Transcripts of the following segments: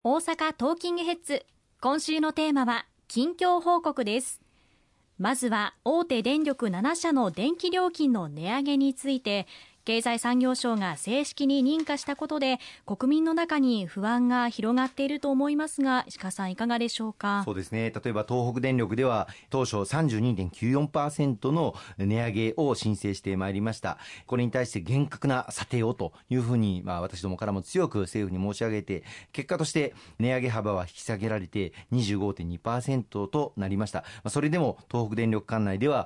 大阪トーキングヘッズ、今週のテーマは近況報告です。まずは大手電力7社の電気料金の値上げについて、経済産業省が正式に認可したことで国民の中に不安が広がっていると思いますが、石川さんいかがでしょうか。 そうですね、例えば東北電力では当初 32.94% の値上げを申請してまいりました。これに対して厳格な査定をというふうに、私どもからも強く政府に申し上げて、結果として値上げ幅は引き下げられて 25.2% となりました。それでも東北電力管内では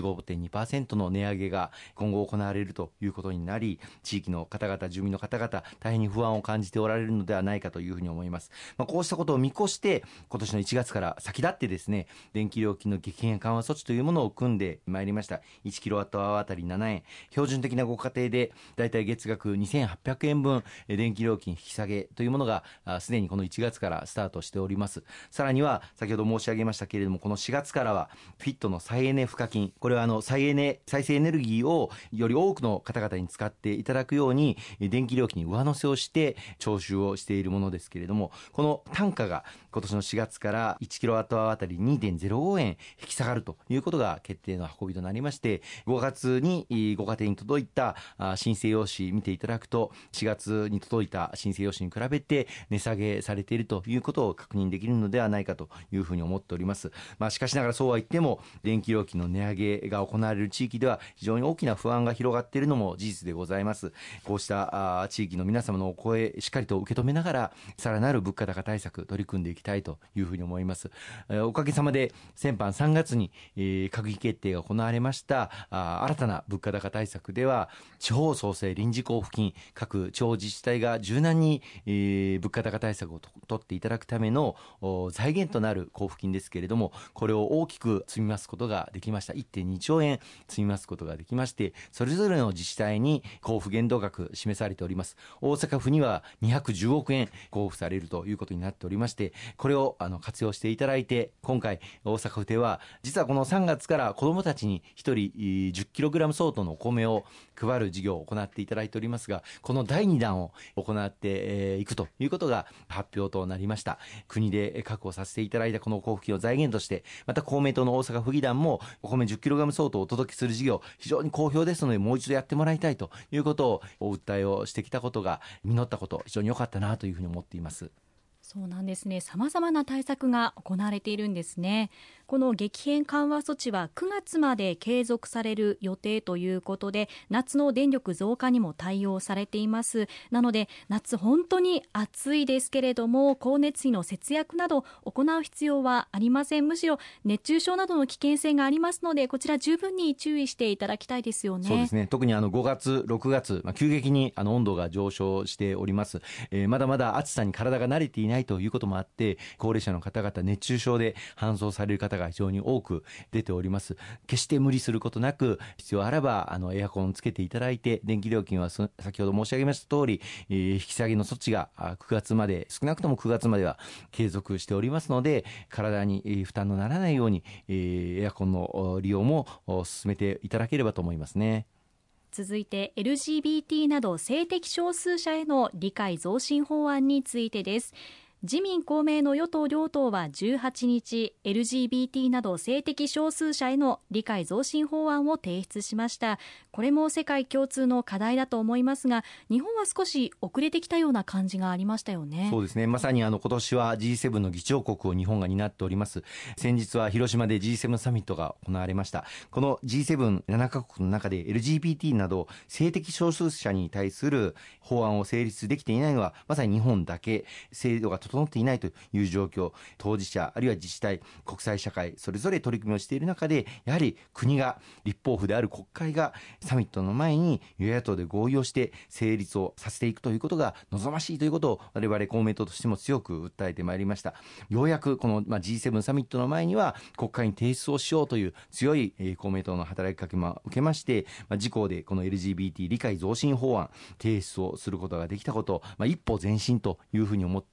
25.2% の値上げが今後行われるということになり、地域の方々、住民の方々、大変に不安を感じておられるのではないかというふうに思います。こうしたことを見越して今年の1月から先立ってですね、電気料金の激変緩和措置というものを組んでまいりました。1キロワットアワーあたり7円、標準的なご家庭でだいたい月額2800円分電気料金引き下げというものがすでにこの1月からスタートしております。さらには先ほど申し上げましたけれども、この4月からはフィットの再エネ賦課金、これは再生エネルギーをより多くの方々に使っていただくように電気料金に上乗せをして徴収をしているものですけれども、この単価が今年の4月から1キロワットアワーあたり 2.05 円引き下がるということが決定の運びとなりまして、5月にご家庭に届いた申請用紙見ていただくと、4月に届いた申請用紙に比べて値下げされているということを確認できるのではないかというふうに思っております。しかしながらそうは言っても電気料金の値上げが行われる地域では非常に大きな不安が広がっているのも事実でございます。こうした地域の皆様のお声しっかりと受け止めながら、さらなる物価高対策取り組んでいきたいというふうに思います。おかげさまで先般3月に閣議決定が行われました新たな物価高対策では、地方創生臨時交付金、各地方自治体が柔軟に物価高対策を取っていただくための財源となる交付金ですけれども、これを大きく積み増すことができました。 1.2 兆円積み増すことができまして、それぞれの自治体に交付限度額示されております。大阪府には210億円交付されるということになっておりまして、これを活用していただいて、今回大阪府では実はこの3月から子どもたちに1人 10kg 相当のお米を配る事業を行っていただいておりますが、この第2弾を行っていくということが発表となりました。国で確保させていただいたこの交付金を財源として、また公明党の大阪府議団もお米 10kg 相当をお届けする事業非常に好評ですので、もう一度やってもらいたいということをお訴えをしてきたことが実ったこと、非常に良かったなというふうに思っています。 そうなんですね。様々な対策が行われているんですね。この激変緩和措置は9月まで継続される予定ということで、夏の電力増加にも対応されています。なので夏本当に暑いですけれども、光熱費の節約など行う必要はありません。むしろ熱中症などの危険性がありますので、こちら十分に注意していただきたいですよね。 そうですね。特に5月6月、急激に温度が上昇しております。まだまだ暑さに体が慣れていないということもあって、高齢者の方々熱中症で搬送される方が非常に多く出ております。決して無理することなく、必要あらばエアコンをつけていただいて、電気料金は先ほど申し上げました通り、引き下げの措置が9月まで、少なくとも9月までは継続しておりますので、体に負担のならないようにエアコンの利用も進めていただければと思いますね。 続いて LGBT など性的少数者への理解増進法案についてです。自民公明の与党両党は18日、LGBT など性的少数者への理解増進法案を提出しました。これも世界共通の課題だと思いますが、日本は少し遅れてきたような感じがありましたよね。 そうですね。まさに今年は G7 の議長国を日本が担っております。先日は広島で G7 サミットが行われました。この G7 カ国の中で LGBT など性的少数者に対する法案を成立できていないのはまさに日本だけ、制度が整っていないという状況。当事者あるいは自治体、国際社会それぞれ取り組みをしている中で、やはり国が、立法府である国会がサミットの前に与野党で合意をして成立をさせていくということが望ましいということを我々公明党としても強く訴えてまいりました。ようやくこの G7 サミットの前には国会に提出をしようという強い公明党の働きかけも受けまして、自公でこの LGBT 理解増進法案提出をすることができたこと、一歩前進というふうに思っております。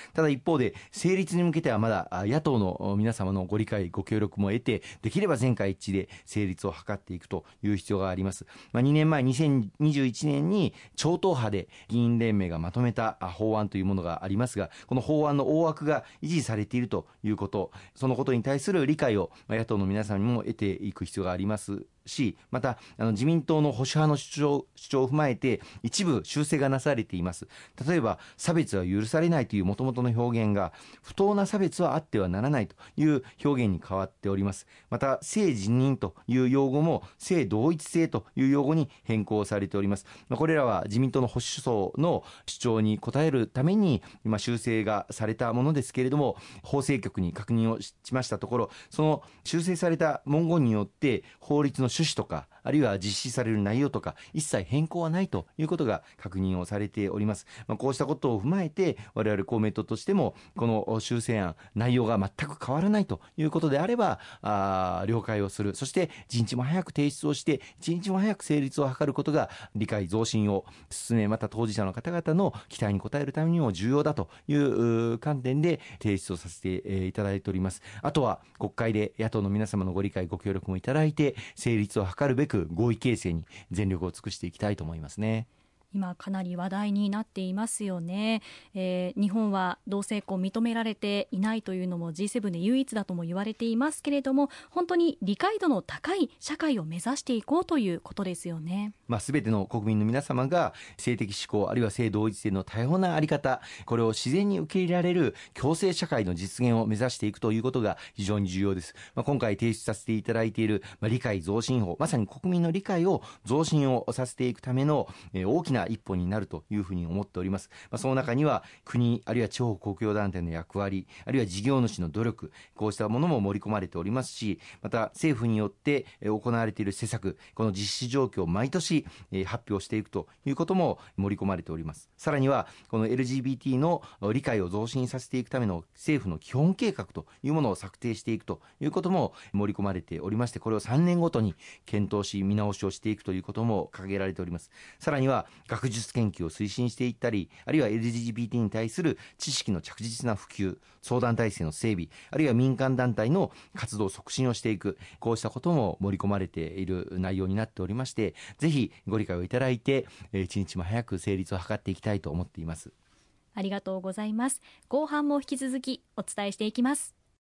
ただ一方で成立に向けてはまだ野党の皆様のご理解ご協力も得て、できれば全会一致で成立を図っていくという必要があります。2年前2021年に超党派で議員連盟がまとめた法案というものがありますが、この法案の大枠が維持されているということ、そのことに対する理解を野党の皆さんにも得ていく必要がありますし、また自民党の保守派の主張を踏まえて一部修正がなされています。例えば差別は許されないという元々の表現が不当な差別はあってはならないという表現に変わっております。また性自認という用語も性同一性という用語に変更されております。これらは自民党の保守層の主張に応えるために今修正がされたものですけれども、法制局に確認をしましたところ、その修正された文言によって法律の趣旨とか、あるいは実施される内容とか一切変更はないということが確認をされております。こうしたことを踏まえて我々公明党としてもこの修正案内容が全く変わらないということであれば了解をする、そして一日も早く提出をして一日も早く成立を図ることが理解増進を進め、また当事者の方々の期待に応えるためにも重要だという観点で提出をさせていただいております。あとは国会で野党の皆様のご理解ご協力もいただいて成立を図るべく合意形成に全力を尽くしていきたいと思いますね。 今かなり話題になっていますよね。日本は同性婚認められていないというのも G7 で唯一だとも言われていますけれども、本当に理解度の高い社会を目指していこうということですよね。 全ての国民の皆様が性的指向あるいは性同一性の多様なあり方、これを自然に受け入れられる共生社会の実現を目指していくということが非常に重要です。今回提出させていただいている理解増進法、まさに国民の理解を増進をさせていくための大きな一歩になるというふうに思っております。その中には国あるいは地方公共団体の役割、あるいは事業主の努力、こうしたものも盛り込まれておりますし、また政府によって行われている施策、この実施状況を毎年発表していくということも盛り込まれております。さらにはこの LGBT の理解を増進させていくための政府の基本計画というものを策定していくということも盛り込まれておりまして、これを3年ごとに検討し見直しをしていくということも掲げられております。さらには学術研究を推進していったり、あるいは LGBT に対する知識の着実な普及、相談体制の整備、あるいは民間団体の活動促進をしていく、こうしたことも盛り込まれている内容になっておりまして、ぜひご理解をいただいて一日も早く成立を図っていきたいと思っています。 ありがとうございます。後半も引き続きお伝えしていきます。